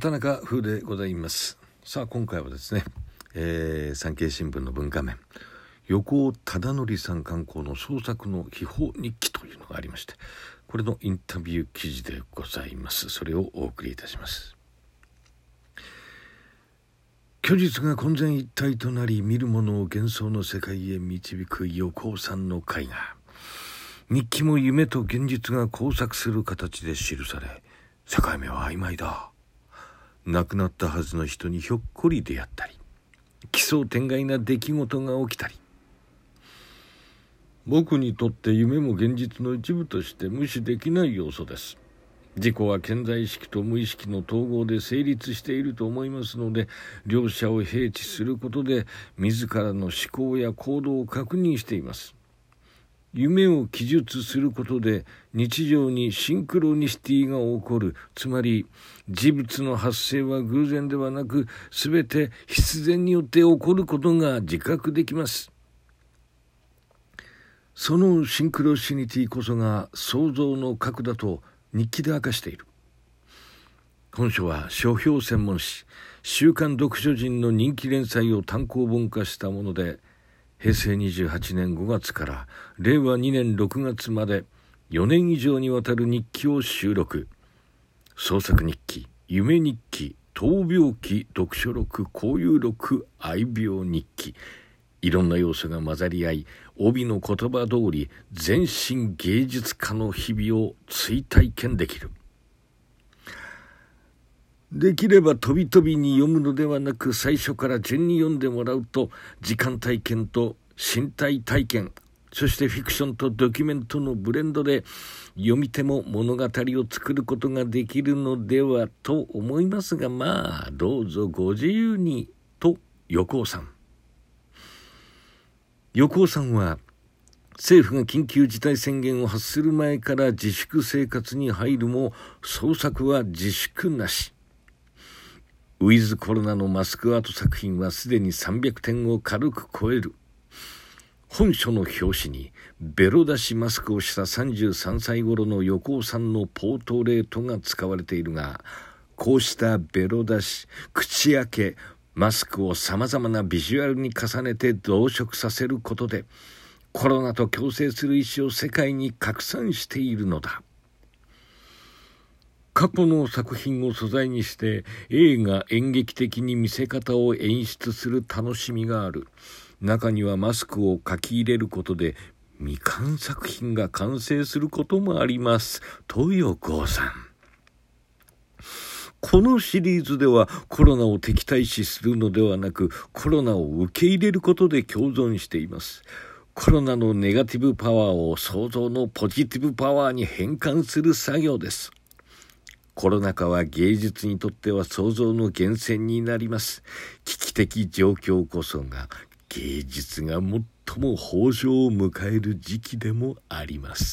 畑中風でございます。さあ今回はですね、産経新聞の文化面、横尾忠則さん刊行の創作の秘宝日記というのがありまして、これのインタビュー記事でございます。それをお送りいたします。虚実が混然一体となり、見る者を幻想の世界へ導く横尾さんの絵画。日記も夢と現実が交錯する形で記され、境目は曖昧だ。亡くなったはずの人にひょっこり出会ったり、奇想天外な出来事が起きたり。僕にとって夢も現実の一部として無視できない要素です。自己は顕在意識と無意識の統合で成立していると思いますので、両者を併知することで自らの思考や行動を確認しています。夢を記述することで日常にシンクロニシティが起こる。つまり事物の発生は偶然ではなく、すべて必然によって起こることが自覚できます。そのシンクロシニティこそが創造の核だと日記で明かしている。本書は書評専門誌週刊読書人の人気連載を単行本化したもので、平成28年5月から令和2年6月まで4年以上にわたる日記を収録。創作日記、夢日記、闘病記、読書録、交友録、愛病日記。いろんな要素が混ざり合い、帯の言葉通り全身芸術家の日々を追体験できる。できれば飛び飛びに読むのではなく、最初から順に読んでもらうと、時間体験と身体体験、そしてフィクションとドキュメントのブレンドで読み手も物語を作ることができるのではと思いますが、まあどうぞご自由にと。横尾さんは政府が緊急事態宣言を発する前から自粛生活に入るも、創作は自粛なし。ウィズコロナのマスクアート作品はすでに300点を軽く超える。本書の表紙にベロ出しマスクをした33歳頃の横尾さんのポートレートが使われているが、こうしたベロ出し、口開け、マスクをさまざまなビジュアルに重ねて増殖させることで、コロナと共生する意思を世界に拡散しているのだ。過去の作品を素材にして映画演劇的に見せ方を演出する楽しみがある。中にはマスクを書き入れることで未完作品が完成することもあります。と横尾さん。このシリーズではコロナを敵対視するのではなく、コロナを受け入れることで共存しています。コロナのネガティブパワーを創造のポジティブパワーに変換する作業です。コロナ禍は芸術にとっては創造の源泉になります。危機的状況こそが芸術が最も豊穣を迎える時期でもあります。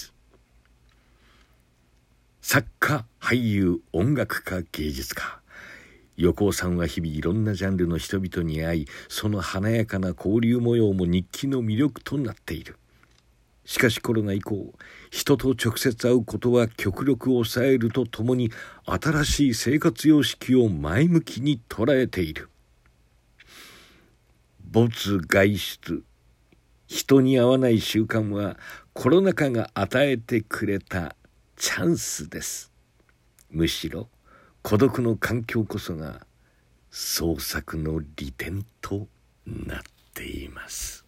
作家、俳優、音楽家、芸術家。横尾さんは日々いろんなジャンルの人々に会い、その華やかな交流模様も日記の魅力となっている。しかしコロナ以降、人と直接会うことは極力抑えるとともに、新しい生活様式を前向きに捉えている。没外出、人に会わない習慣はコロナ禍が与えてくれたチャンスです。むしろ孤独の環境こそが創作の利点となっています。